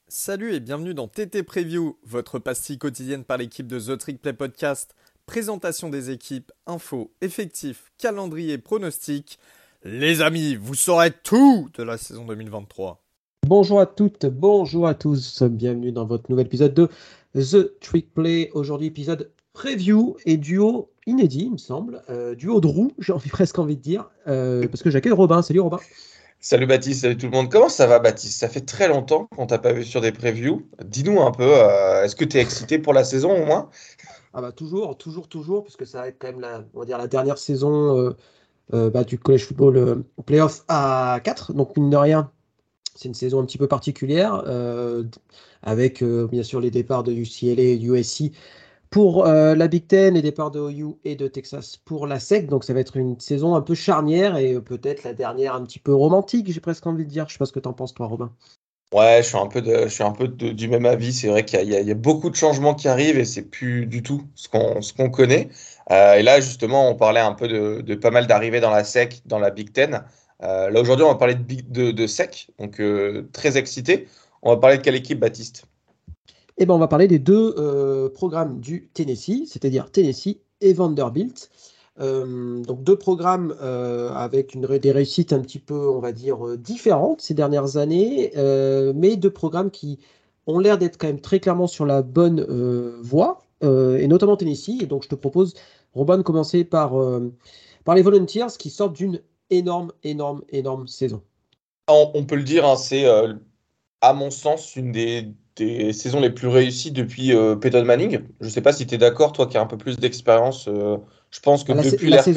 Salut et bienvenue dans TT Preview, votre pastille quotidienne par l'équipe de The Trick Play Podcast. Présentation des équipes, infos, effectifs, calendrier, pronostics. Les amis, vous saurez tout de la saison 2023. Bonjour à toutes, bonjour à tous, bienvenue dans votre nouvel épisode de The Trick Play. Aujourd'hui, épisode preview et duo inédit, il me semble. Duo de roue, presque envie de dire, parce que j'accueille Robin. Salut Robin. Salut Baptiste, salut tout le monde. Comment ça va Baptiste? Ça fait très longtemps qu'on t'a pas vu sur des previews. Dis-nous un peu, est-ce que tu es excité pour la saison au moins? Ah bah toujours, puisque ça va être quand même on va dire la dernière saison du College Football Playoff à 4. Donc mine de rien, c'est une saison un petit peu particulière, avec bien sûr les départs de UCLA et USC pour la Big Ten, les départs de OU et de Texas pour la SEC. Donc ça va être une saison un peu charnière et peut-être la dernière un petit peu romantique, j'ai presque envie de dire. Je sais pas ce que t'en penses toi, Robin. Ouais, du même avis. C'est vrai qu'il y a beaucoup de changements qui arrivent et c'est plus du tout ce qu'on connaît. Et là, justement, on parlait un peu de pas mal d'arrivées dans la SEC, dans la Big Ten. Là, aujourd'hui, on va parler de SEC, donc très excité. On va parler de quelle équipe, Baptiste? Eh ben on va parler des deux programmes du Tennessee, c'est-à-dire Tennessee et Vanderbilt. Donc deux programmes avec des réussites un petit peu, on va dire, différentes ces dernières années, mais deux programmes qui ont l'air d'être quand même très clairement sur la bonne voie, et notamment Tennessee. Et donc je te propose, Robin, de commencer par les Volunteers qui sortent d'une énorme saison. On peut le dire, hein, c'est à mon sens, une des saisons les plus réussies depuis Peyton Manning. Je ne sais pas si tu es d'accord, toi qui as un peu plus d'expérience. Je pense que Ah, depuis l'ère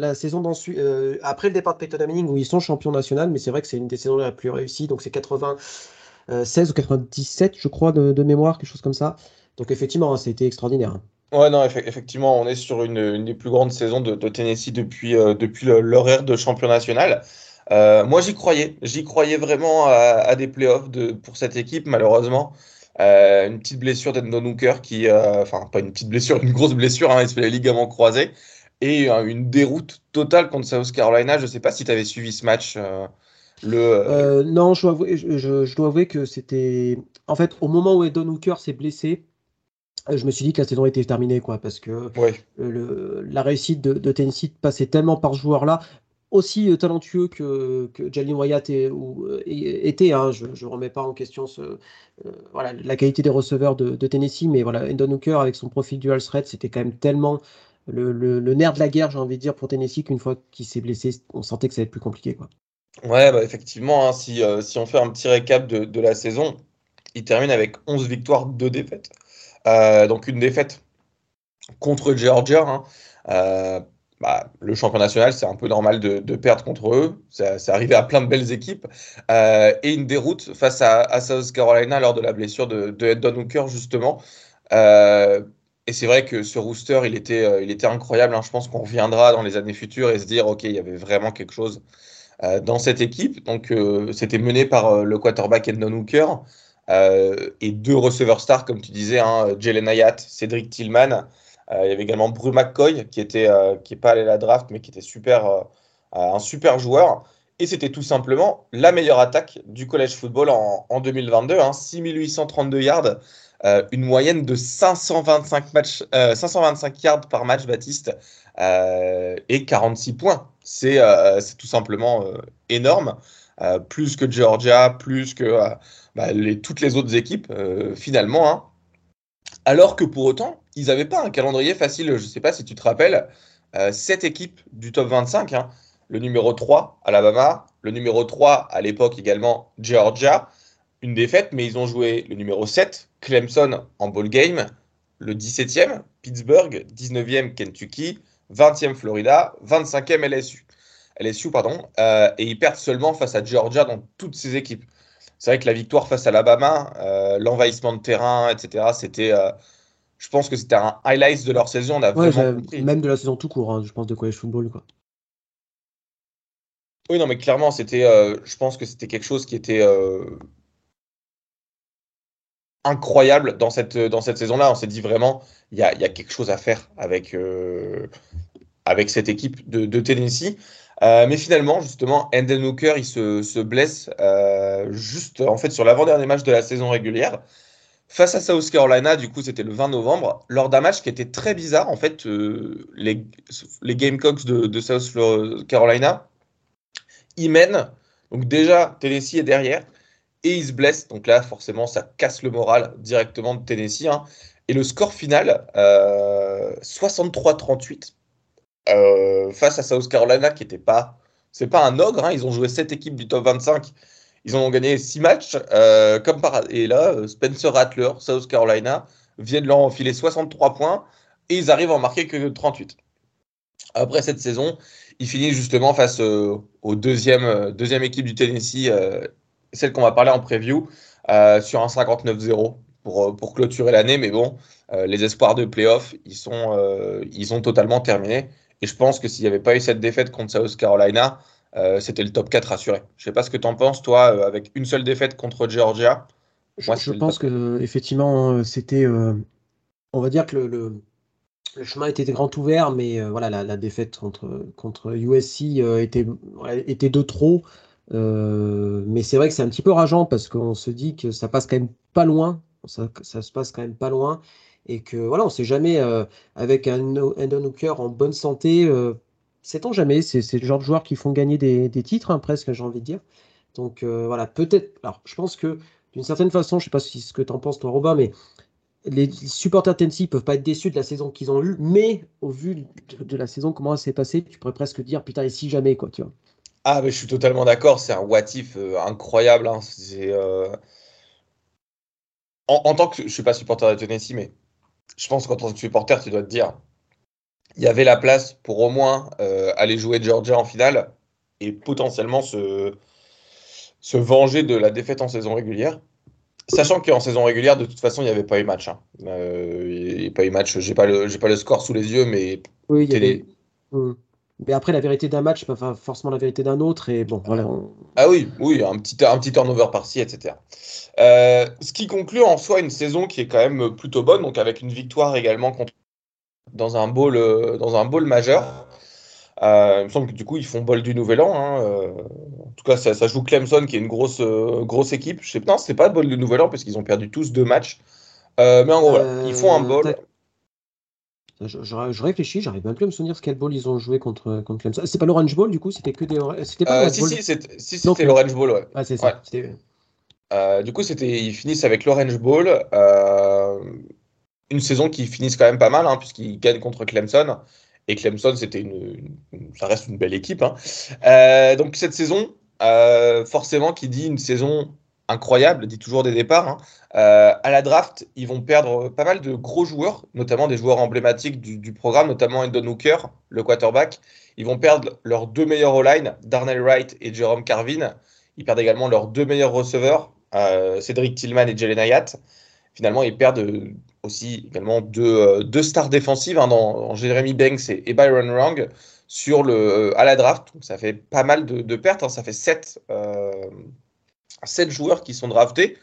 après le départ de Peyton Manning, où ils sont champions nationaux, mais c'est vrai que c'est une des saisons les plus réussies. Donc c'est 96 ou 97, je crois, de mémoire, quelque chose comme ça. Donc effectivement, hein, c'était extraordinaire. Ouais, non, effectivement, on est sur une des plus grandes saisons de Tennessee depuis leur ère de champion national. Moi, j'y croyais vraiment à des playoffs pour cette équipe, malheureusement. Une petite blessure d'Endon Hooker enfin, pas une petite blessure, une grosse blessure, hein, il se fait les ligaments croisés. Et une déroute totale contre South Carolina. Je ne sais pas si tu avais suivi ce match. Non, je dois avouer que c'était. En fait, au moment où Edon Hooker s'est blessé, je me suis dit que la saison était terminée, quoi, parce que Ouais. la réussite de Tennessee passait tellement par ce joueur-là, aussi talentueux que Jalen Wyatt était. Hein, je ne remets pas en question voilà, la qualité des receveurs de Tennessee, mais voilà, Endon Hooker avec son profil dual threat, c'était quand même tellement le nerf de la guerre, j'ai envie de dire, pour Tennessee, qu'une fois qu'il s'est blessé, on sentait que ça allait être plus compliqué, quoi. Ouais, bah effectivement, hein, si on fait un petit récap de la saison, il termine avec 11 victoires, 2 défaites. Donc une défaite contre Georgia, hein. Euh, le champion national, c'est un peu normal de perdre contre eux. C'est arrivé à plein de belles équipes. Et une déroute face à South Carolina lors de la blessure de Hendon Hooker, justement. Euh, et c'est vrai que ce rooster, il était incroyable, hein. Je pense qu'on reviendra dans les années futures et se dire, OK, il y avait vraiment quelque chose dans cette équipe. Donc, c'était mené par le quarterback Hendon Hooker et deux receveurs stars, comme tu disais, hein, Jalen Hayat, Cédric Tillman. Il y avait également Bru McCoy, qui est pas allé à la draft, mais qui était un super joueur. Et c'était tout simplement la meilleure attaque du college football en 2022, hein, 6 832 yards, une moyenne de 525 yards par match, Baptiste, et 46 points. C'est tout simplement énorme, plus que Georgia, plus que toutes les autres équipes, finalement, hein. Alors que pour autant, ils n'avaient pas un calendrier facile. Je ne sais pas si tu te rappelles, cette équipe du top 25, hein, le numéro 3, Alabama, le numéro 3, à l'époque également, Georgia, une défaite, mais ils ont joué le numéro 7, Clemson, en bowl game, le 17e, Pittsburgh, 19e, Kentucky, 20e, Florida, 25e, LSU, pardon, et ils perdent seulement face à Georgia dans toutes ces équipes. C'est vrai que la victoire face à Alabama, l'envahissement de terrain, etc., je pense que c'était un highlight de leur saison, on a Ouais, vraiment compris. même de la saison tout court, hein, je pense, de college football, quoi. Oui, non, mais clairement, je pense que c'était quelque chose qui était incroyable dans cette saison-là. On s'est dit vraiment, il y a quelque chose à faire avec cette équipe de Tennessee. Mais finalement, justement, Hendon Hooker, il se blesse juste en fait sur l'avant-dernier match de la saison régulière. Face à South Carolina, du coup, c'était le 20 novembre, lors d'un match qui était très bizarre. En fait, les Gamecocks de South Carolina, ils mènent. Donc déjà, Tennessee est derrière et ils se blessent. Donc là, forcément, ça casse le moral directement de Tennessee, hein. Et le score final, 63-38, face à South Carolina, qui n'était pas... C'est pas un ogre, hein. Ils ont joué 7 équipes du top 25. Ils en ont gagné 6 matchs. Et là, Spencer Rattler, South Carolina, viennent leur enfiler 63 points et ils arrivent à en marquer que 38. Après cette saison, ils finissent justement face aux deuxième équipe du Tennessee, celle qu'on va parler en preview, sur un 59-0 pour clôturer l'année. Mais bon, les espoirs de playoff, ils sont totalement terminés. Et je pense que s'il n'y avait pas eu cette défaite contre South Carolina, c'était le top 4 assuré. Je sais pas ce que tu en penses, toi, avec une seule défaite contre Georgia. Moi, Je c'était le pense top 4. que effectivement, c'était, on va dire que le chemin était grand ouvert, mais voilà, la défaite contre USC était de trop. Mais c'est vrai que c'est un petit peu rageant parce qu'on se dit que ça passe quand même pas loin. Ça se passe quand même pas loin. Et que voilà, on sait jamais, avec un Hendon Hooker en bonne santé, sait-on jamais. C'est le genre de joueurs qui font gagner des titres, hein, presque, j'ai envie de dire. Donc voilà, peut-être. Alors, je pense que d'une certaine façon, je sais pas ce que tu en penses, toi, Robin, mais les supporters de Tennessee peuvent pas être déçus de la saison qu'ils ont eue, mais au vu de la saison, comment elle s'est passée, tu pourrais presque dire, putain, et si jamais, quoi, tu vois. Ah, mais je suis totalement d'accord. C'est un what if incroyable, hein. En tant que je suis pas supporter de Tennessee, mais je pense qu'en tant que supporter, tu dois te dire, il y avait la place pour au moins aller jouer Georgia en finale et potentiellement se venger de la défaite en saison régulière. Sachant qu'en saison régulière, de toute façon, il n'y avait pas eu match, hein. Il n'y a pas eu match. J'ai pas le score sous les yeux, mais Oui, il y avait. télé. Hmm. Mais après, la vérité d'un match, pas forcément la vérité d'un autre, et bon, voilà. Ah oui, oui, un petit turnover par-ci, etc. Ce qui conclut en soi une saison qui est quand même plutôt bonne, donc avec une victoire également dans un bowl majeur. Il me semble que du coup, ils font bol du Nouvel An, hein. En tout cas, ça joue Clemson, qui est une grosse équipe. Je sais pas, non, c'est pas bol du Nouvel An, parce qu'ils ont perdu tous 2 matchs. Mais en gros, voilà, ils font un bol. Tac, je réfléchis, j'arrive même plus à me souvenir ce quel ball ils ont joué contre Clemson. C'est pas l'Orange Bowl, du coup, c'était que des. C'était pas l'Orange Si, Bowl. si, si, Non, c'était l'Orange Bowl, ouais. ah, c'est Ouais. ça. C'était. Du coup, ils finissent avec l'Orange Bowl. Une saison qui finissent quand même pas mal, hein, puisqu'ils gagnent contre Clemson. Et Clemson, ça reste une belle équipe, hein. Donc cette saison, forcément, qui dit une saison incroyable, dit toujours des départs, hein. À la draft, ils vont perdre pas mal de gros joueurs, notamment des joueurs emblématiques du programme, notamment Hendon Hooker, le quarterback. Ils vont perdre leurs 2 meilleurs O-line, Darnell Wright et Jerome Carvin. Ils perdent également leurs 2 meilleurs receveurs, Cédric Tillman et Jalen Hyatt. Finalement, ils perdent aussi également deux stars défensives, hein, dans Jeremy Banks et Byron Wrong à la draft. Donc, ça fait pas mal de pertes, hein. Ça fait 7 joueurs qui sont draftés.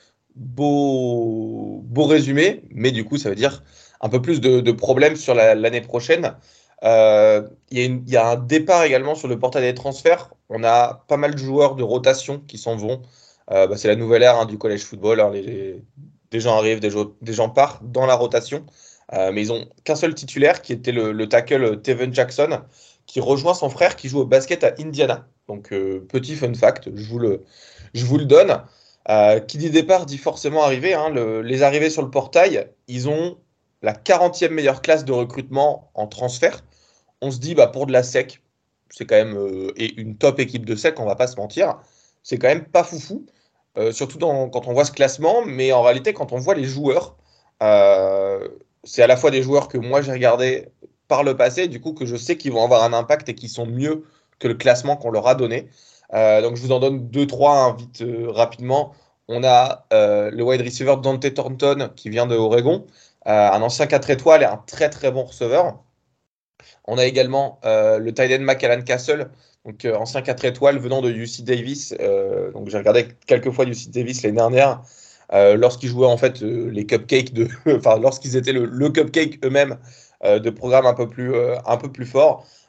Beau résumé, mais du coup, ça veut dire un peu plus de problèmes sur l'année prochaine. Il y a un départ également sur le portail des transferts. On a pas mal de joueurs de rotation qui s'en vont. C'est la nouvelle ère, hein, du college football, hein. Des gens arrivent, des gens partent dans la rotation. Mais ils ont qu'un seul titulaire qui était le tackle Teven Jackson, qui rejoint son frère qui joue au basket à Indiana. Donc, petit fun fact, je vous le donne. Qui dit départ dit forcément arrivée, hein. Les arrivées sur le portail, ils ont la 40e meilleure classe de recrutement en transfert. On se dit, bah, pour de la SEC, c'est quand même, et une top équipe de SEC, on va pas se mentir, c'est quand même pas foufou. Surtout quand on voit ce classement, mais en réalité, quand on voit les joueurs, euh, c'est à la fois des joueurs que moi j'ai regardé par le passé, du coup que je sais qu'ils vont avoir un impact et qui sont mieux que le classement qu'on leur a donné. Donc je vous en donne deux, trois, hein, vite, rapidement. On a le wide receiver Dante Thornton qui vient de Oregon, un ancien 4 étoiles et un très très bon receveur. On a également le tight end Macallan Castle, donc ancien 4 étoiles venant de UC Davis. Donc j'ai regardé quelques fois UC Davis l'année dernière, lorsqu'ils jouaient en fait les cupcakes enfin lorsqu'ils étaient le cupcake eux-mêmes, de programmes un peu plus fort.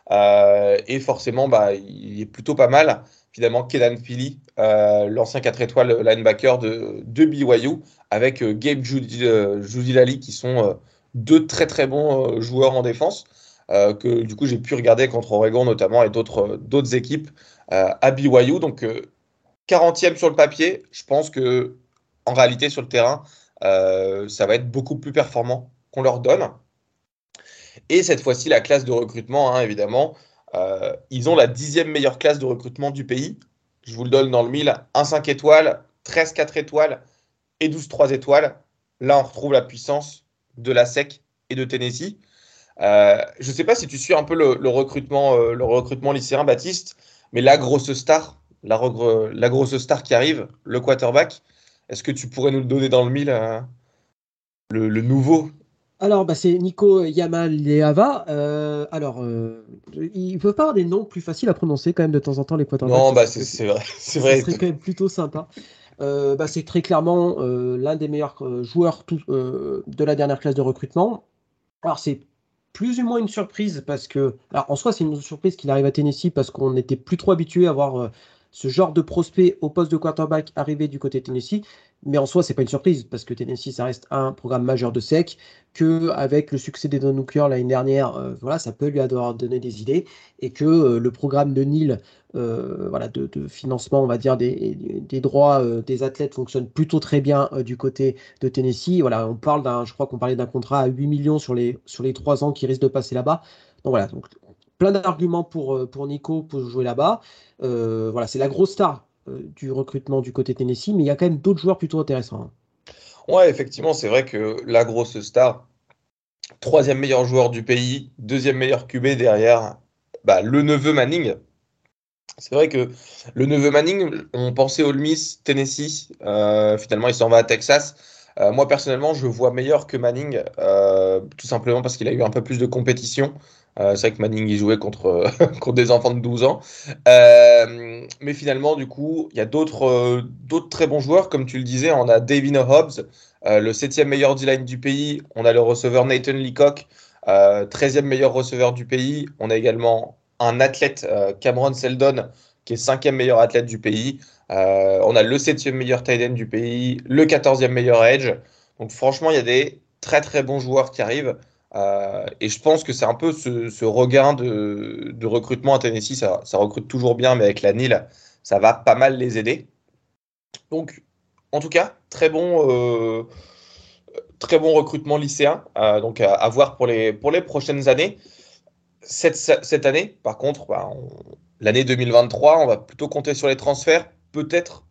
Et forcément, il est plutôt pas mal. Finalement, Kenan Philly, l'ancien 4 étoiles linebacker de BYU, avec Gabe Judilali, qui sont deux très très bons joueurs en défense, que du coup j'ai pu regarder contre Oregon notamment et d'autres équipes à BYU. Donc 40e sur le papier, je pense que en réalité sur le terrain, ça va être beaucoup plus performant qu'on leur donne. Et cette fois-ci, la classe de recrutement, hein, évidemment, ils ont la 10e meilleure classe de recrutement du pays. Je vous le donne dans le mille, un 5 étoiles, 13 4 étoiles et 12 3 étoiles. Là, on retrouve la puissance de la SEC et de Tennessee. Je ne sais pas si tu suis un peu le recrutement lycéen, Baptiste, mais la grosse star, la grosse star qui arrive, le quarterback, est-ce que tu pourrais nous le donner dans le mille, le nouveau? Alors, c'est Nico Yamaleava. Il peut pas avoir des noms plus faciles à prononcer quand même de temps en temps, les quarterbacks. Non, c'est vrai, c'est Ce vrai. serait quand même plutôt sympa. C'est très clairement l'un des meilleurs joueurs de la dernière classe de recrutement. Alors, c'est plus ou moins une surprise parce que, alors en soi, c'est une surprise qu'il arrive à Tennessee parce qu'on n'était plus trop habitué à voir ce genre de prospect au poste de quarterback arriver du côté de Tennessee. Mais en soi, c'est pas une surprise parce que Tennessee, ça reste un programme majeur de SEC, que avec le succès des Don Hooker l'année dernière, voilà, ça peut lui avoir donné des idées et que le programme de Neal, voilà, de financement, on va dire, des droits des athlètes fonctionne plutôt très bien du côté de Tennessee. Voilà, je crois qu'on parlait d'un contrat à 8 millions sur les 3 ans qui risque de passer là-bas. Donc voilà, donc, plein d'arguments pour Nico pour jouer là-bas. Voilà, c'est la grosse star du recrutement du côté Tennessee, mais il y a quand même d'autres joueurs plutôt intéressants, hein. Ouais, effectivement, c'est vrai que la grosse star, troisième meilleur joueur du pays, deuxième meilleur QB derrière, le neveu Manning. C'est vrai que le neveu Manning, on pensait Ole Miss, Tennessee, finalement il s'en va à Texas. Moi personnellement, je le vois meilleur que Manning, tout simplement parce qu'il a eu un peu plus de compétition. C'est vrai que Manning il jouait contre, contre des enfants de 12 ans. Mais finalement, du coup, il y a d'autres très bons joueurs, comme tu le disais. On a Davin Hobbs, le septième meilleur D-line du pays. On a le receveur Nathan Leacock, 13e meilleur receveur du pays. On a également un athlète, Cameron Seldon, qui est cinquième meilleur athlète du pays. On a le septième meilleur tight end du pays, le 14e meilleur edge. Donc franchement, il y a des très très bons joueurs qui arrivent. Et je pense que c'est un peu ce regain de recrutement à Tennessee. Ça recrute toujours bien, mais avec la NIL, ça va pas mal les aider. Donc, en tout cas, très bon recrutement lycéen. Donc, à voir pour les prochaines années. Cette année, par contre, l'année 2023, on va plutôt compter sur les transferts. Peut-être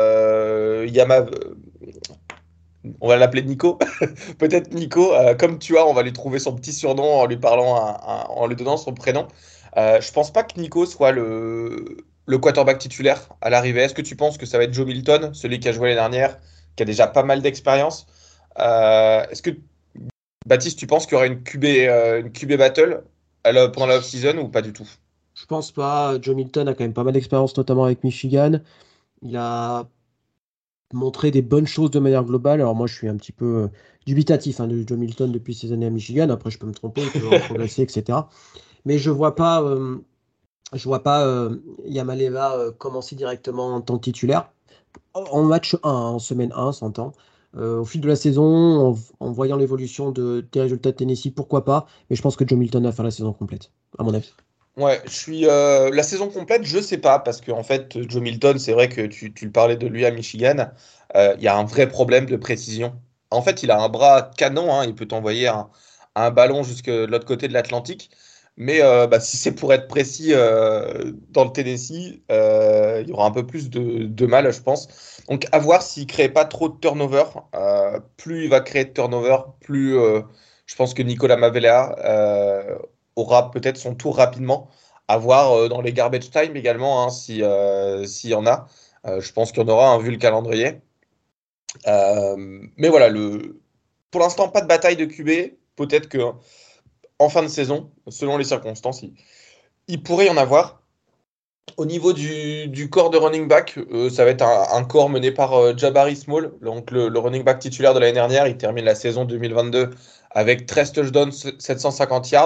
on va l'appeler Nico. Peut-être Nico, comme tu as, on va lui trouver son petit surnom en lui parlant, en lui donnant son prénom. Je pense pas que Nico soit le quarterback titulaire à l'arrivée. Est-ce que tu penses que ça va être Joe Milton, celui qui a joué l'année dernière, qui a déjà pas mal d'expérience? Est-ce que Baptiste, tu penses qu'il y aura une QB battle pendant la off-season ou pas du tout? Je pense pas. Joe Milton a quand même pas mal d'expérience, notamment avec Michigan. Il a montré des bonnes choses de manière globale. Alors moi, je suis un petit peu dubitatif de Joe Milton depuis ses années à Michigan. Après, je peux me tromper, il peut toujours progresser, etc. Mais je vois pas Yamaleva commencer directement en tant que titulaire. En match 1, en semaine 1, s'entend. Au fil de la saison, en voyant l'évolution des résultats de Tennessee, pourquoi pas. Mais je pense que Joe Milton va faire la saison complète, à mon avis. Ouais, je suis la saison complète, je sais pas, parce qu'en fait, Joe Milton, c'est vrai que tu le parlais de lui à Michigan, il y a un vrai problème de précision. En fait, il a un bras canon, hein, il peut t'envoyer un ballon jusque de l'autre côté de l'Atlantique, mais si c'est pour être précis dans le Tennessee, il y aura un peu plus de mal, je pense. Donc, à voir s'il crée pas trop de turnover. Plus il va créer de turnover, plus je pense que Nicolas Mavella aura peut-être son tour rapidement. À voir dans les garbage time également, hein, s'il y en a. Je pense qu'il y en aura, hein, vu le calendrier. Mais voilà, pour l'instant, pas de bataille de QB. Peut-être que en fin de saison, selon les circonstances, il pourrait y en avoir. Au niveau du corps de running back, ça va être un corps mené par Jabari Small, donc le running back titulaire de l'année dernière. Il termine la saison 2022 avec 13 touchdowns, 750 yards.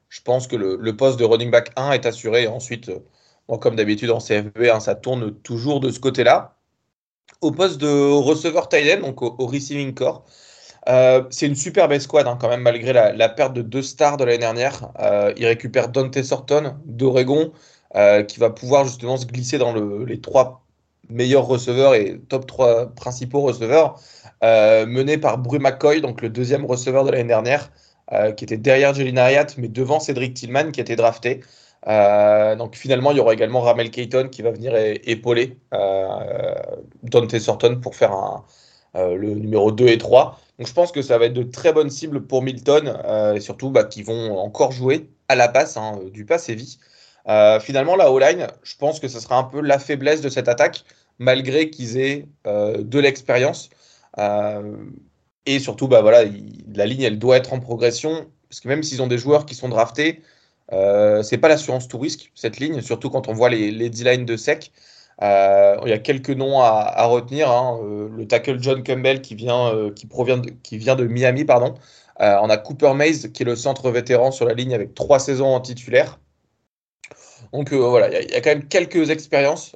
je pense que le poste de running back 1 est assuré. Et ensuite, bon, comme d'habitude en CFB, hein, ça tourne toujours de ce côté-là. Au poste de receveur tight end, donc au receiving core, c'est une superbe escouade hein, quand même, malgré la perte de 2 stars de l'année dernière. Il récupère Dante Thornton d'Oregon, qui va pouvoir justement se glisser dans les 3 meilleurs receveurs et top 3 principaux receveurs, mené par Bru McCoy, donc le deuxième receveur de l'année dernière, qui était derrière Jalen Hyatt, mais devant Cedric Tillman, qui a été drafté. Donc finalement, il y aura également Ramel Keyton qui va venir épauler Dante Thornton pour faire le numéro 2 et 3. Donc je pense que ça va être de très bonnes cibles pour Milton, et surtout qui vont encore jouer à la passe, hein, du pass heavy. Finalement, la O-line, je pense que ce sera un peu la faiblesse de cette attaque, malgré qu'ils aient de l'expérience. Euh, et surtout, voilà, la ligne, elle doit être en progression, parce que même s'ils ont des joueurs qui sont draftés, c'est pas l'assurance tout risque, cette ligne, surtout quand on voit les D-line de sec. Il y a quelques noms à retenir, hein. Le tackle John Campbell qui vient de Miami, pardon. On a Cooper Mays qui est le centre vétéran sur la ligne avec 3 saisons en titulaire. Donc voilà, il y a quand même quelques expériences,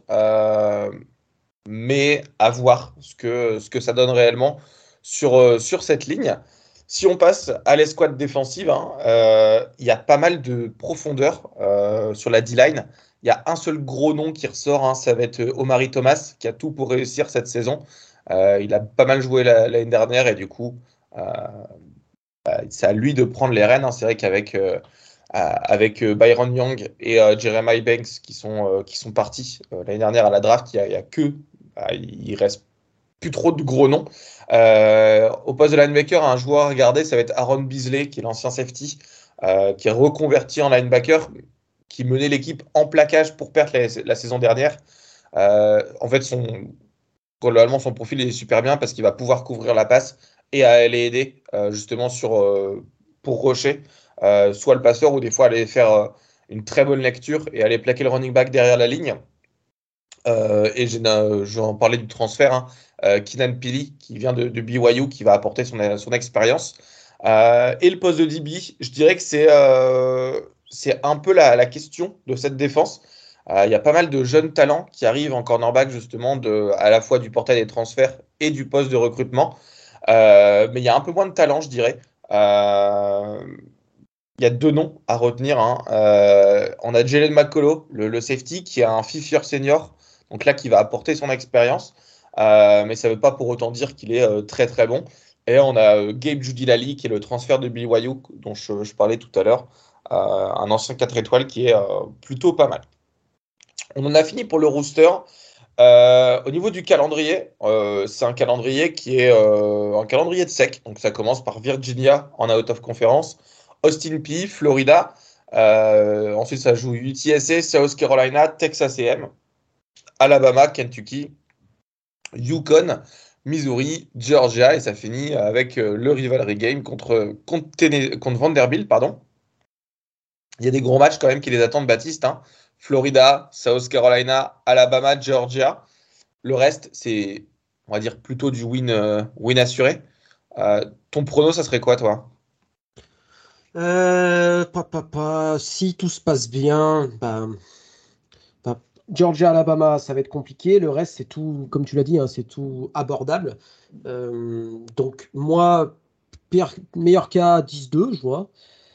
mais à voir ce que ça donne réellement sur cette ligne. Si on passe à l'escouade défensive, hein, il y a pas mal de profondeur sur la D-line. Il y a un seul gros nom qui ressort, hein, ça va être Omari Thomas, qui a tout pour réussir cette saison. Il a pas mal joué l'année dernière et du coup, c'est à lui de prendre les rênes, hein. C'est vrai qu'avec Byron Young et Jeremiah Banks qui sont partis l'année dernière à la draft, il y a que il reste plus trop de gros noms. Au poste de linebacker, un joueur à regarder, ça va être Aaron Beasley, qui est l'ancien safety, qui est reconverti en linebacker, qui menait l'équipe en plaquage pour perdre la saison dernière. En fait, globalement, son profil est super bien parce qu'il va pouvoir couvrir la passe et aller aider justement pour rusher, soit le passeur ou des fois aller faire une très bonne lecture et aller plaquer le running back derrière la ligne. Et je vais en parler du transfert, hein. Keenan Pili, qui vient de BYU, qui va apporter son expérience. Et le poste de DB, je dirais que c'est un peu la question de cette défense. Il y a pas mal de jeunes talents qui arrivent en cornerback, justement, à la fois du portail des transferts et du poste de recrutement. Mais il y a un peu moins de talent, je dirais. Il y a 2 noms à retenir, hein. On a Jalen McCullough, le safety, qui a un fifth-year senior, donc là qui va apporter son expérience, mais ça ne veut pas pour autant dire qu'il est très très bon. Et on a Gabe Judilali, qui est le transfert de BYU dont je parlais tout à l'heure, un ancien 4 étoiles qui est plutôt pas mal. On en a fini pour le rooster. Au niveau du calendrier, c'est un calendrier qui est un calendrier de sec. Donc ça commence par Virginia en out of conference, Austin Peay, Florida. Ensuite, ça joue UTSA, South Carolina, Texas A&M, Alabama, Kentucky, Yukon, Missouri, Georgia. Et ça finit avec le rivalry game contre Vanderbilt. Pardon. Il y a des gros matchs quand même qui les attendent, Baptiste, hein. Florida, South Carolina, Alabama, Georgia. Le reste, c'est, on va dire, plutôt du win assuré. Ton prono, ça serait quoi, toi? Si tout se passe bien, Georgia, Alabama, ça va être compliqué. Le reste, c'est tout, comme tu l'as dit, hein, c'est tout abordable. Donc, moi, meilleur cas, 10-2, je vois.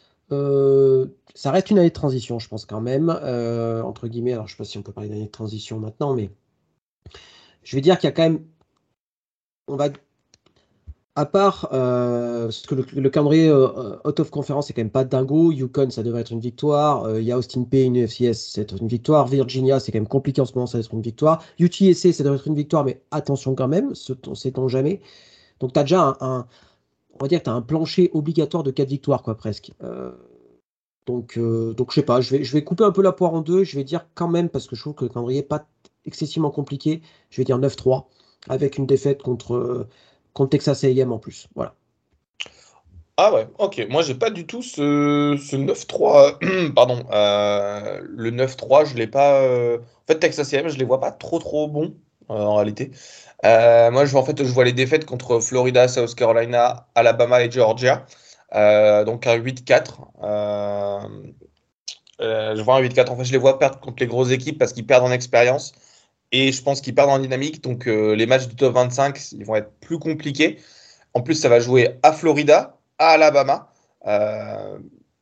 Ça reste une année de transition, je pense quand même, entre guillemets. Alors, je ne sais pas si on peut parler d'année de transition maintenant, mais je vais dire qu'il y a quand même, on va, à part, parce que le calendrier out of conference, c'est quand même pas dingo. Yukon, ça devrait être une victoire. Il y a Austin Peay, une FCS, c'est une victoire. Virginia, c'est quand même compliqué en ce moment, ça va être une victoire. UTSA, ça devrait être une victoire, mais attention quand même, sait-on jamais. Donc, tu as déjà on va dire que tu as un plancher obligatoire de 4 victoires, quoi, presque. Donc, je sais pas, je vais couper un peu la poire en deux. Je vais dire quand même, parce que je trouve que le calendrier n'est pas excessivement compliqué, je vais dire 9-3, avec une défaite contre Texas A&M en plus. Voilà. Ah ouais, ok. Moi, j'ai pas du tout ce 9-3. Pardon. Le 9-3, je l'ai pas. En fait, Texas A&M, je les vois pas trop trop bons, en réalité. Moi, en fait, je vois les défaites contre Florida, South Carolina, Alabama et Georgia. Donc un 8-4. Je vois un 8-4. En fait, je les vois perdre contre les grosses équipes parce qu'ils perdent en expérience. Et je pense qu'ils perdent en dynamique. Donc les matchs du top 25, ils vont être plus compliqués. En plus, ça va jouer à Florida, à Alabama. Euh,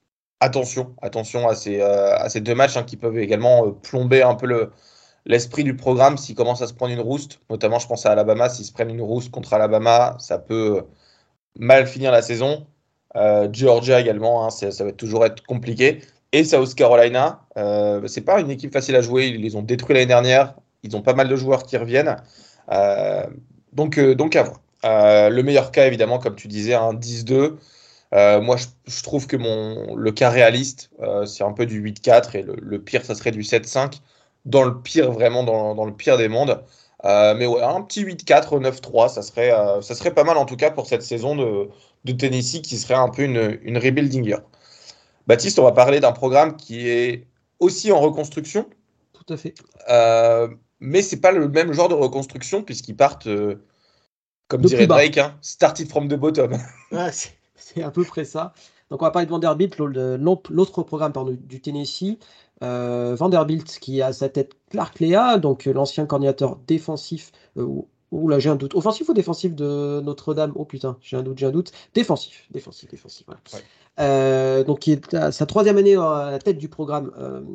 attention à ces deux matchs, hein, qui peuvent également plomber un peu l'esprit du programme s'ils commencent à se prendre une rouste. Notamment, je pense à Alabama. S'ils se prennent une rouste contre Alabama, ça peut mal finir la saison. Georgia également, hein, ça va toujours être compliqué. Et South Carolina, c'est pas une équipe facile à jouer. Ils les ont détruits l'année dernière. Ils ont pas mal de joueurs qui reviennent. Euh, donc à voir. Le meilleur cas, évidemment, comme tu disais, un 10-2. Moi, je trouve que le cas réaliste, c'est un peu du 8-4 et le pire, ça serait du 7-5. Dans le pire, vraiment, dans le pire des mondes. Mais ouais, un petit 8-4, 9-3, ça serait pas mal en tout cas pour cette saison de Tennessee qui serait un peu une rebuilding year. Baptiste, on va parler d'un programme qui est aussi en reconstruction, Tout à fait. mais c'est pas le même genre de reconstruction puisqu'ils partent, comme De plus dirait bas. Drake, hein, started from the bottom. Ouais, c'est à peu près ça. Donc on va parler de Vanderbilt, l'autre programme pardon, du Tennessee. Vanderbilt qui a à sa tête Clark Lea, donc l'ancien coordinateur défensif. Là j'ai un doute. Offensif ou défensif de Notre-Dame? Oh putain, j'ai un doute. Défensif. Voilà. Ouais. Donc qui est à sa troisième année à la tête du programme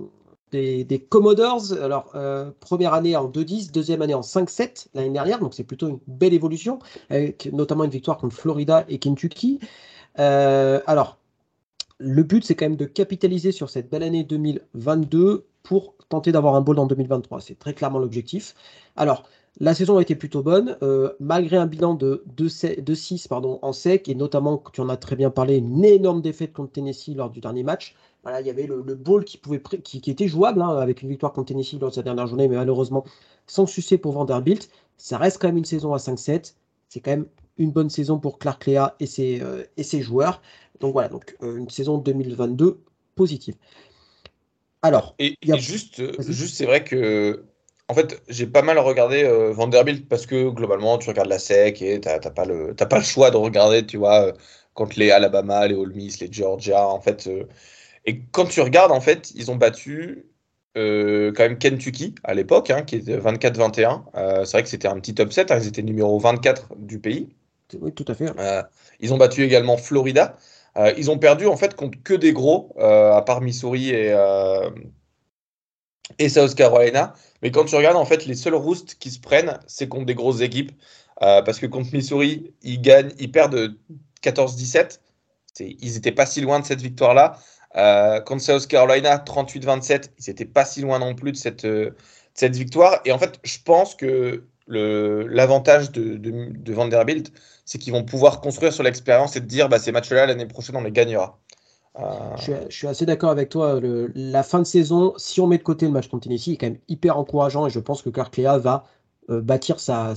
des Commodores. Alors première année en 2-10, deuxième année en 5-7 l'année dernière, donc c'est plutôt une belle évolution, avec notamment une victoire contre Florida et Kentucky. Alors, le but, c'est quand même de capitaliser sur cette belle année 2022 pour tenter d'avoir un bowl en 2023. C'est très clairement l'objectif. Alors, la saison a été plutôt bonne, malgré un bilan de 2-6 pardon, en sec, et notamment, tu en as très bien parlé, une énorme défaite contre Tennessee lors du dernier match. Voilà, il y avait le bowl qui était jouable, hein, avec une victoire contre Tennessee lors de sa dernière journée, mais malheureusement sans succès pour Vanderbilt. Ça reste quand même une saison à 5-7. C'est quand même une bonne saison pour Clark Lea et ses joueurs. Donc voilà, une saison 2022 positive. Alors, il y Et a. juste, Vas-y. juste c'est vrai que, en fait, j'ai pas mal regardé Vanderbilt parce que globalement, tu regardes la SEC et t'as pas le choix de regarder, tu vois, contre les Alabama, les Ole Miss, les Georgia, en fait. Et quand tu regardes, en fait, ils ont battu quand même Kentucky à l'époque, hein, qui était 24-21. C'est vrai que c'était un petit upset, hein, ils étaient numéro 24 du pays. Oui, tout à fait. Euh, Ils ont battu également Florida. Ils ont perdu en fait contre que des gros, à part Missouri et South Carolina. Mais quand tu regardes, en fait, les seuls roustes qui se prennent, c'est contre des grosses équipes. Parce que contre Missouri, ils perdent 14-17. Ils n'étaient pas si loin de cette victoire-là. Contre South Carolina, 38-27, ils n'étaient pas si loin non plus de cette victoire. Et en fait, je pense que l'avantage de Vanderbilt, c'est qu'ils vont pouvoir construire sur l'expérience et de dire, bah, ces matchs-là, l'année prochaine, on les gagnera. Euh, Je suis assez d'accord avec toi. La fin de saison, si on met de côté le match contre Tennessee, est quand même hyper encourageant et je pense que Clark Lea va bâtir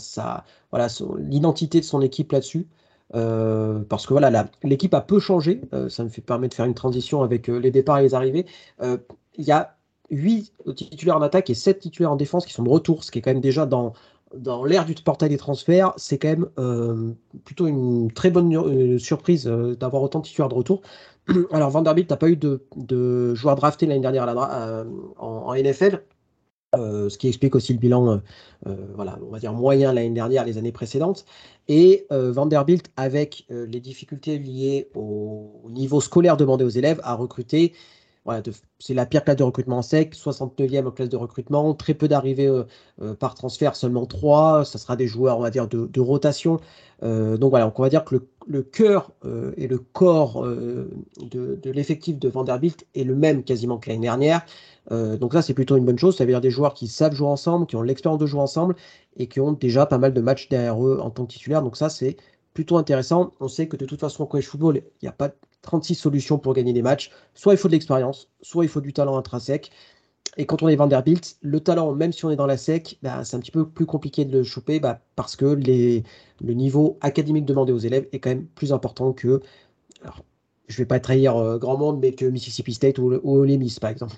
l'identité de son équipe là-dessus. Parce que voilà, l'équipe a peu changé. Ça me permet de faire une transition avec les départs et les arrivées. Il y a 8 titulaires en attaque et 7 titulaires en défense qui sont de retour, ce qui est quand même déjà dans l'ère du portail des transferts. C'est quand même plutôt une très bonne surprise d'avoir autant de titulaires de retour. Alors, Vanderbilt n'a pas eu de joueurs draftés l'année dernière en NFL, ce qui explique aussi le bilan, voilà, on va dire moyen l'année dernière, les années précédentes. Et Vanderbilt, avec les difficultés liées au niveau scolaire demandé aux élèves, a recruté. Voilà, c'est la pire classe de recrutement en sec, 69e en classe de recrutement, très peu d'arrivées par transfert, seulement 3. Ça sera des joueurs, on va dire, de rotation. Donc voilà, donc on va dire que le cœur et le corps de l'effectif de Vanderbilt est le même quasiment que l'année dernière. Donc ça, c'est plutôt une bonne chose. Ça veut dire des joueurs qui savent jouer ensemble, qui ont l'expérience de jouer ensemble et qui ont déjà pas mal de matchs derrière eux en tant que titulaire. Donc ça, c'est plutôt intéressant. On sait que de toute façon, au college football, il n'y a pas 36 solutions pour gagner des matchs. Soit il faut de l'expérience, soit il faut du talent intrinsèque. Et quand on est Vanderbilt, le talent, même si on est dans la SEC, bah, c'est un petit peu plus compliqué de le choper parce que le niveau académique demandé aux élèves est quand même plus important que, alors, je vais pas trahir grand monde, mais que Mississippi State ou Ole Miss, par exemple.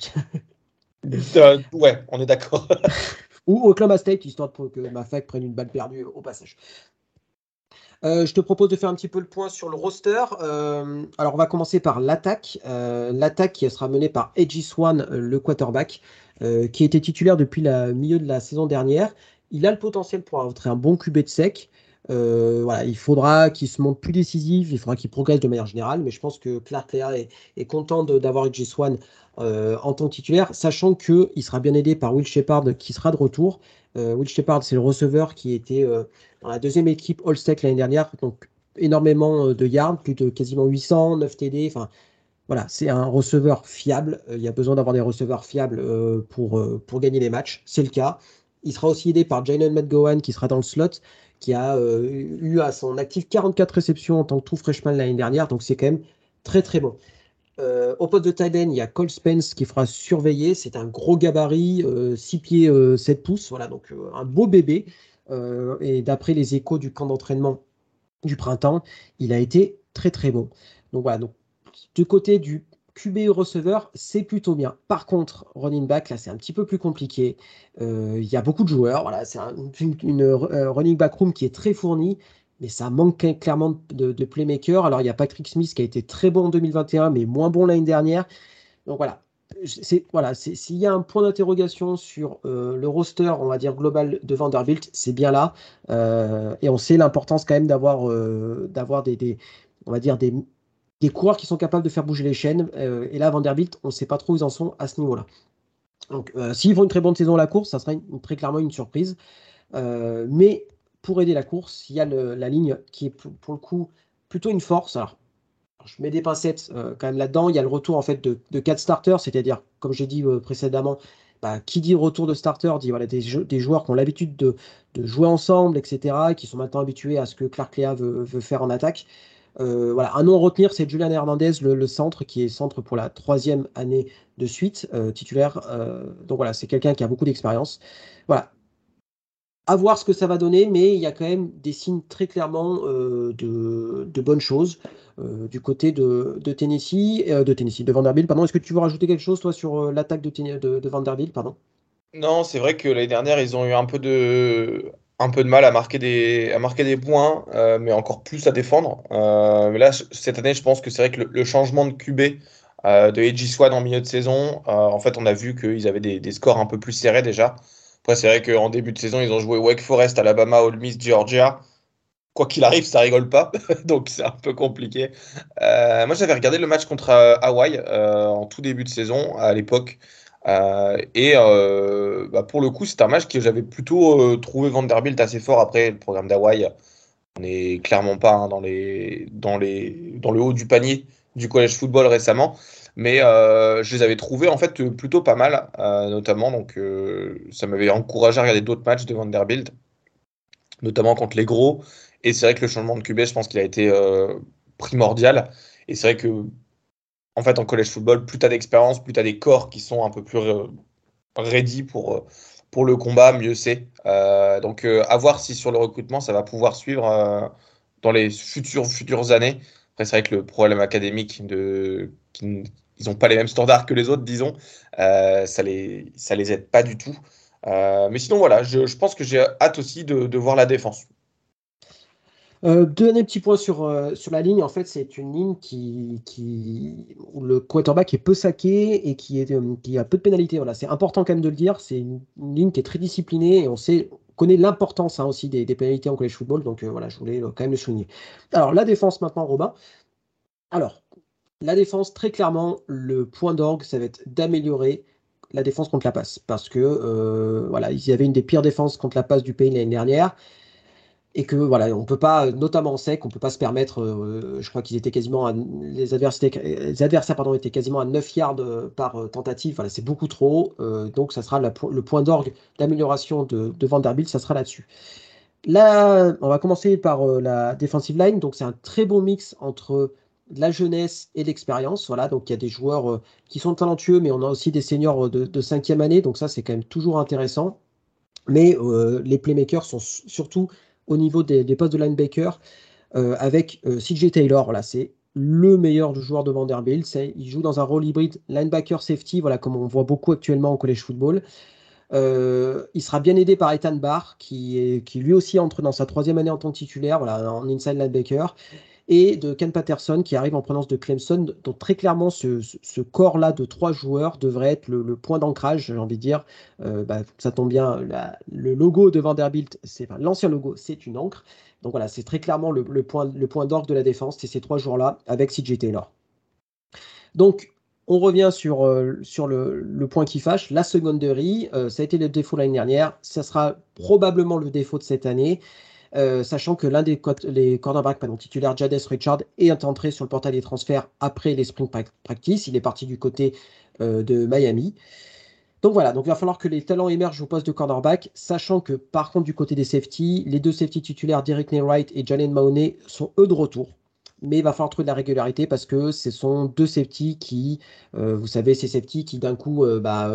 ouais, on est d'accord. Ou Oklahoma State, histoire que ma fac prenne une balle perdue au passage. Je te propose de faire un petit peu le point sur le roster. Alors, on va commencer par l'attaque. L'attaque qui sera menée par Edgy Swan, le quarterback, qui était titulaire depuis le milieu de la saison dernière. Il a le potentiel pour être un bon QB de sec. Voilà, il faudra qu'il se montre plus décisif, il faudra qu'il progresse de manière générale, mais je pense que Clark Lea est content d'avoir Edgy Swan en tant que titulaire, sachant qu'il sera bien aidé par Will Shepard qui sera de retour. Will Shepard, c'est le receveur qui était dans la deuxième équipe All-State l'année dernière, donc énormément de yards, plus de quasiment 800, 9 TD. Enfin, voilà, c'est un receveur fiable. Il y a besoin d'avoir des receveurs fiables pour gagner les matchs. C'est le cas. Il sera aussi aidé par Jalen McGowan qui sera dans le slot, qui a eu à son actif 44 réceptions en tant que true freshman l'année dernière. Donc c'est quand même très très bon. Au poste de tight end, il y a Cole Spence qui fera surveiller. C'est un gros gabarit, 6 pieds 7 pouces. Voilà, donc un beau bébé. Et d'après les échos du camp d'entraînement du printemps, il a été très très bon. Donc voilà, donc, du côté du QB receveur, c'est plutôt bien. Par contre, running back, là, c'est un petit peu plus compliqué. Il y a beaucoup de joueurs. Voilà, c'est une running back room qui est très fournie, mais ça manque clairement de playmaker. Alors, il y a Patrick Smith qui a été très bon en 2021, mais moins bon l'année dernière. Donc voilà. S'il y a un point d'interrogation sur le roster, on va dire global de Vanderbilt, c'est bien là. Et on sait l'importance quand même d'avoir on va dire des coureurs qui sont capables de faire bouger les chaînes. Et là, Vanderbilt, on ne sait pas trop où ils en sont à ce niveau-là. Donc, s'ils font une très bonne saison à la course, ça sera très clairement une surprise. Mais pour aider la course, il y a la ligne qui est pour le coup plutôt une force. Alors, je mets des pincettes quand même là-dedans. Il y a le retour en fait de 4 starters, c'est-à-dire, comme j'ai dit précédemment, qui dit retour de starter dit voilà, des joueurs qui ont l'habitude de jouer ensemble, etc., et qui sont maintenant habitués à ce que Clark Lea veut faire en attaque. Voilà, un nom à retenir, c'est Julian Hernandez, le centre, qui est centre pour la 3e année de suite, titulaire. Donc voilà, c'est quelqu'un qui a beaucoup d'expérience. Voilà, à voir ce que ça va donner, mais il y a quand même des signes très clairement de bonnes choses du côté de Tennessee, de Vanderbilt. Pardon. Est-ce que tu veux rajouter quelque chose, toi, sur l'attaque de Vanderbilt, pardon? Non, c'est vrai que l'année dernière, ils ont eu un peu de mal à marquer des points, mais encore plus à défendre. Mais là, cette année, je pense que c'est vrai que le changement de QB de Edgy Swan en milieu de saison, en fait, on a vu qu'ils avaient des scores un peu plus serrés déjà. Après, c'est vrai qu'en début de saison, ils ont joué Wake Forest, Alabama, Ole Miss, Georgia. Quoi qu'il arrive, ça rigole pas, donc c'est un peu compliqué. Moi, j'avais regardé le match contre Hawaï en tout début de saison à l'époque. Pour le coup, c'est un match que j'avais plutôt trouvé Vanderbilt assez fort. Après le programme d'Hawaï. On n'est clairement pas dans dans le haut du panier du college football récemment. Mais je les avais trouvés en fait plutôt pas mal, notamment. Donc ça m'avait encouragé à regarder d'autres matchs de Vanderbilt, notamment contre les gros. Et c'est vrai que le changement de QB, je pense qu'il a été primordial. Et c'est vrai que en fait, en college football, plus tu as d'expérience, plus tu as des corps qui sont un peu plus ready pour le combat, mieux c'est. Donc, à voir si sur le recrutement, ça va pouvoir suivre dans les futures années. Après, c'est vrai que le problème académique ils n'ont pas les mêmes standards que les autres, disons. Ça les aide pas du tout. Mais sinon, voilà, je pense que j'ai hâte aussi de voir la défense. Dernier petit point sur la ligne, en fait, c'est une ligne où le quarterback est peu saqué et qui a peu de pénalités. Voilà, c'est important quand même de le dire. C'est une ligne qui est très disciplinée et on connaît l'importance aussi des pénalités en college football. Donc voilà, je voulais quand même le souligner. Alors, la défense maintenant, Robin. Alors, la défense, très clairement, le point d'orgue, ça va être d'améliorer la défense contre la passe. Parce que voilà, il y avait une des pires défenses contre la passe du pays l'année dernière. Et que voilà, on peut pas, notamment en sec, on peut pas se permettre. Je crois qu'ils étaient quasiment les adversaires pardon, étaient quasiment à 9 yards par tentative. Voilà, c'est beaucoup trop. Donc ça sera le point d'orgue d'amélioration de Vanderbilt, ça sera là-dessus. Là, on va commencer par la defensive line. Donc c'est un très bon mix entre la jeunesse et l'expérience. Voilà, donc il y a des joueurs qui sont talentueux, mais on a aussi des seniors de 5e année. Donc ça, c'est quand même toujours intéressant. Mais les playmakers sont surtout au niveau des postes de linebacker avec CJ Taylor. Voilà, c'est le meilleur joueur de Vanderbilt. Il joue dans un rôle hybride linebacker safety, voilà, comme on voit beaucoup actuellement en college football. Il sera bien aidé par Ethan Barr, qui lui aussi entre dans sa 3e année en tant que titulaire, voilà, en inside linebacker, et de Ken Patterson qui arrive en provenance de Clemson. Donc très clairement, ce corps-là de 3 joueurs devrait être le point d'ancrage, j'ai envie de dire. Ça tombe bien, le logo de Vanderbilt, l'ancien logo, c'est une encre. Donc voilà, c'est très clairement le point d'orgue de la défense, c'est ces 3 joueurs-là avec CJ Taylor. Donc, on revient sur le point qui fâche, la secondary. Ça a été le défaut l'année dernière, ça sera probablement le défaut de cette année. Sachant que l'un des les cornerbacks titulaires, Jadez Richard, est entré sur le portail des transferts après les spring practice. Il est parti du côté de Miami. Donc voilà, donc il va falloir que les talents émergent au poste de cornerback, sachant que par contre du côté des safety, les 2 safety titulaires, Derek Wright et Jalen Mahoney, sont eux de retour. Mais il va falloir trouver de la régularité parce que ce sont 2 safety qui, vous savez, ces safety qui d'un coup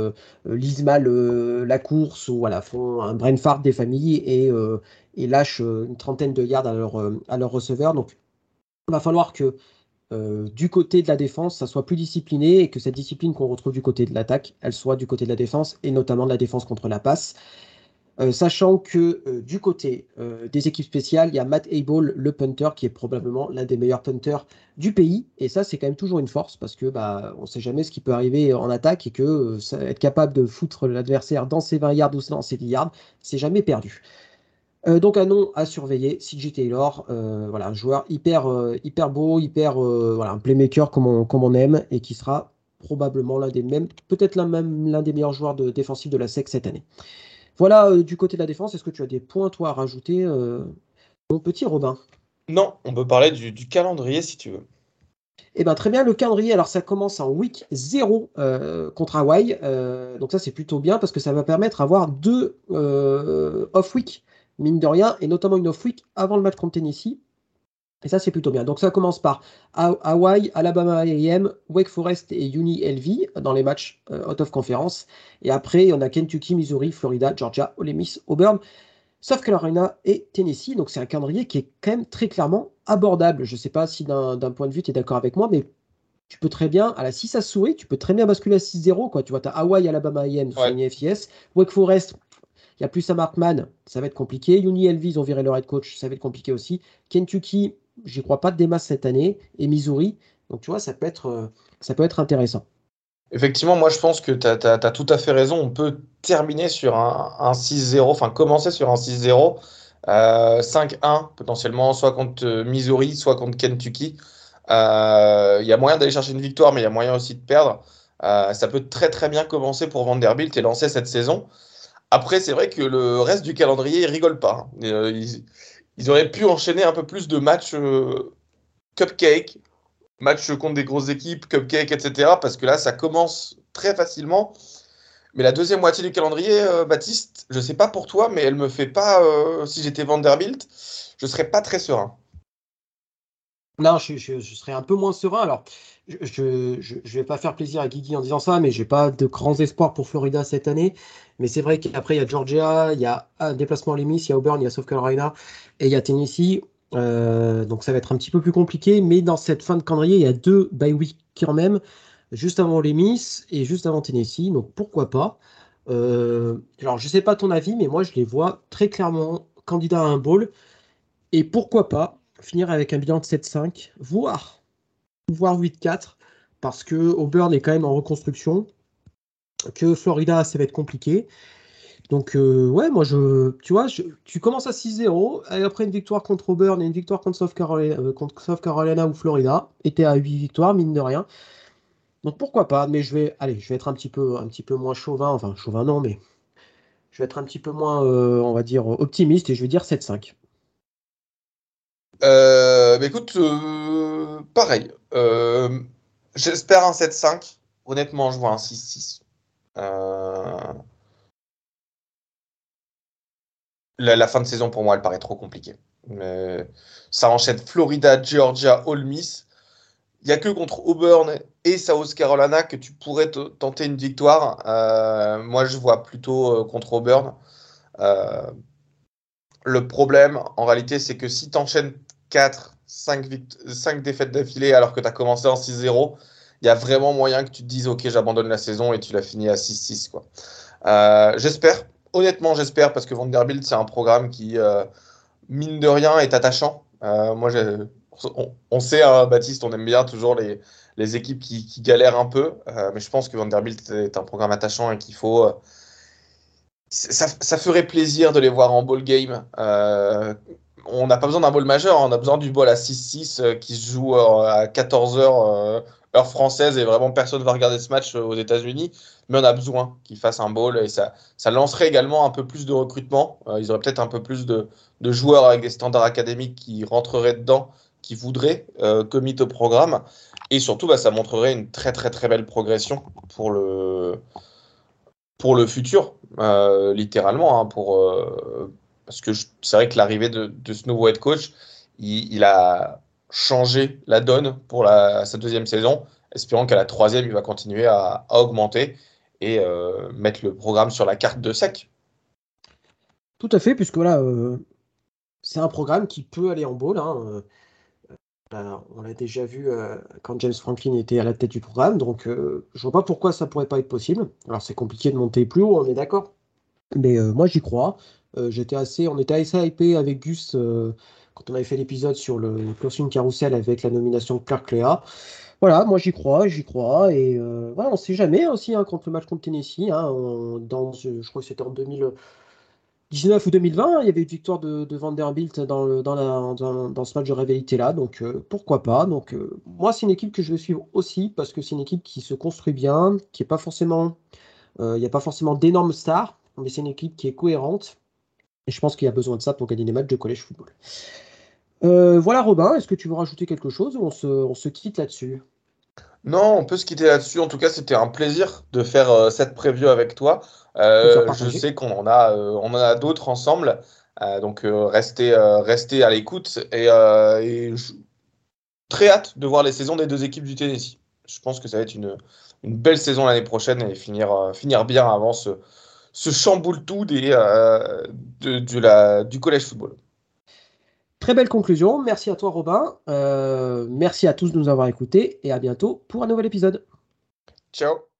lisent mal la course ou voilà, font un brain fart des familles et lâchent une trentaine de yards à leur receveur. Donc il va falloir que du côté de la défense, ça soit plus discipliné et que cette discipline qu'on retrouve du côté de l'attaque, elle soit du côté de la défense et notamment de la défense contre la passe. Sachant que du côté des équipes spéciales, il y a Matt Abel, le punter, qui est probablement l'un des meilleurs punters du pays. Et ça, c'est quand même toujours une force parce que on ne sait jamais ce qui peut arriver en attaque et que être capable de foutre l'adversaire dans ses 20 yards ou dans ses 10 yards, c'est jamais perdu. Donc un nom à surveiller, CJ Taylor, voilà, un joueur hyper beau, voilà, un playmaker comme on aime et qui sera probablement l'un des meilleurs joueurs défensifs de la SEC cette année. Voilà, du côté de la défense, est-ce que tu as des points, toi, à rajouter, mon petit Robin? Non, on peut parler du calendrier si tu veux. Eh bien, très bien, le calendrier, alors ça commence en week 0 contre Hawaï. Donc ça, c'est plutôt bien parce que ça va permettre d'avoir 2 off-week, mine de rien, et notamment une off-week avant le match contre Tennessee. Et ça, c'est plutôt bien. Donc ça commence par Hawaï, Alabama A&M, Wake Forest et UNLV dans les matchs out of conference. Et après, on a Kentucky, Missouri, Florida, Georgia, Ole Miss, Auburn, South Carolina et Tennessee. Donc c'est un calendrier qui est quand même très clairement abordable. Je ne sais pas si d'un point de vue, tu es d'accord avec moi, mais tu peux très bien, si ça sourit, tu peux très bien basculer à 6-0. Quoi. Tu vois, tu as Hawaï, Alabama A&M, c'est une FCS. Wake Forest, il y a plus Sam Hartman, ça va être compliqué. UNLV, ils ont viré leur head coach, ça va être compliqué aussi. Kentucky, j'y crois pas de démasse cette année. Et Missouri, donc tu vois, ça peut être intéressant. Effectivement, moi je pense que tu as tout à fait raison. On peut terminer sur un 6-0, enfin commencer sur un 6-0, 5-1 potentiellement, soit contre Missouri, soit contre Kentucky. Il y a moyen d'aller chercher une victoire, mais il y a moyen aussi de perdre. Ça peut très très bien commencer pour Vanderbilt et lancer cette saison. Après, c'est vrai que le reste du calendrier, ils rigolent pas. Ils auraient pu enchaîner un peu plus de matchs cupcake, matchs contre des grosses équipes, cupcake, etc. Parce que là, ça commence très facilement. Mais la deuxième moitié du calendrier, Baptiste, je sais pas pour toi, mais elle me fait pas. Si j'étais Vanderbilt, je serais pas très serein. Non, je serais un peu moins serein. Alors, je vais pas faire plaisir à Guigui en disant ça, mais j'ai pas de grands espoirs pour Florida cette année. Mais c'est vrai qu'après, il y a Georgia, il y a un déplacement à Ole Miss, il y a Auburn, il y a South Carolina et il y a Tennessee. Donc ça va être un petit peu plus compliqué. Mais dans cette fin de calendrier, il y a 2 bye week quand même, juste avant Ole Miss et juste avant Tennessee. Donc pourquoi pas. Alors, je sais pas ton avis, mais moi, je les vois très clairement candidats à un bowl. Et pourquoi pas finir avec un bilan de 7-5, voire 8-4, parce que Auburn est quand même en reconstruction, que Florida, ça va être compliqué. Donc, ouais, moi, tu vois, tu commences à 6-0, et après une victoire contre Auburn et une victoire contre South Carolina ou Florida, et t'es à 8 victoires, mine de rien. Donc, pourquoi pas, mais je vais être un petit peu moins chauvin, enfin, chauvin non, mais je vais être un petit peu moins, on va dire, optimiste, et je vais dire 7-5. Écoute, pareil. J'espère un 7-5. Honnêtement, je vois un 6-6. La fin de saison, pour moi, elle paraît trop compliquée. Ça enchaîne Florida, Georgia, Ole Miss. Il n'y a que contre Auburn et South Carolina que tu pourrais tenter une victoire. Moi, je vois plutôt contre Auburn. Le problème, en réalité, c'est que si tu enchaînes 4, 5 défaites d'affilée alors que tu as commencé en 6-0, il y a vraiment moyen que tu te dises ok, j'abandonne la saison et tu l'as fini à 6-6, quoi. J'espère, honnêtement j'espère, parce que Vanderbilt c'est un programme qui, mine de rien, est attachant. On sait, hein, Baptiste, on aime bien toujours les équipes qui galèrent un peu, mais je pense que Vanderbilt est un programme attachant et qu'il faut... ça ferait plaisir de les voir en ball game. On n'a pas besoin d'un ball majeur, hein, on a besoin du ball à 6-6 qui se joue à 14h heure française et vraiment personne ne va regarder ce match aux États-Unis. Mais on a besoin qu'ils fassent un ball et ça lancerait également un peu plus de recrutement. Ils auraient peut-être un peu plus de joueurs avec des standards académiques qui rentreraient dedans, qui voudraient commit au programme. Et surtout, bah, ça montrerait une très très très belle progression pour le futur, littéralement, hein, parce que c'est vrai que l'arrivée de ce nouveau head coach, il a changé la donne pour sa deuxième saison. Espérons qu'à la troisième, il va continuer à augmenter et mettre le programme sur la carte de sec. Tout à fait, puisque voilà, c'est un programme qui peut aller en bowl, hein. On l'a déjà vu quand James Franklin était à la tête du programme, donc je vois pas pourquoi ça pourrait pas être possible. Alors c'est compliqué de monter plus haut, on est d'accord, mais moi j'y crois. On était assez hypé avec Gus quand on avait fait l'épisode sur le Closing Carousel avec la nomination de Clark Lea. Voilà, moi j'y crois, et voilà, on sait jamais aussi hein, contre le match contre Tennessee, hein, je crois que c'était en 2019 ou 2020, il y avait une victoire de Vanderbilt dans ce match de rivalité-là, donc pourquoi pas. Donc moi, c'est une équipe que je vais suivre aussi, parce que c'est une équipe qui se construit bien, qui est pas forcément, il n'y a pas forcément d'énormes stars, mais c'est une équipe qui est cohérente, et je pense qu'il y a besoin de ça pour gagner des matchs de college football. Voilà Robin, est-ce que tu veux rajouter quelque chose ou on se quitte là-dessus? Non, on peut se quitter là-dessus. En tout cas, c'était un plaisir de faire cette preview avec toi. Plaisir Je partagé. sais on en a d'autres ensemble. Donc, restez à l'écoute et très hâte de voir les saisons des deux équipes du Tennessee. Je pense que ça va être une belle saison l'année prochaine et finir bien avant ce chamboule-tout du collège football. Très belle conclusion, merci à toi Robin, merci à tous de nous avoir écoutés, et à bientôt pour un nouvel épisode. Ciao!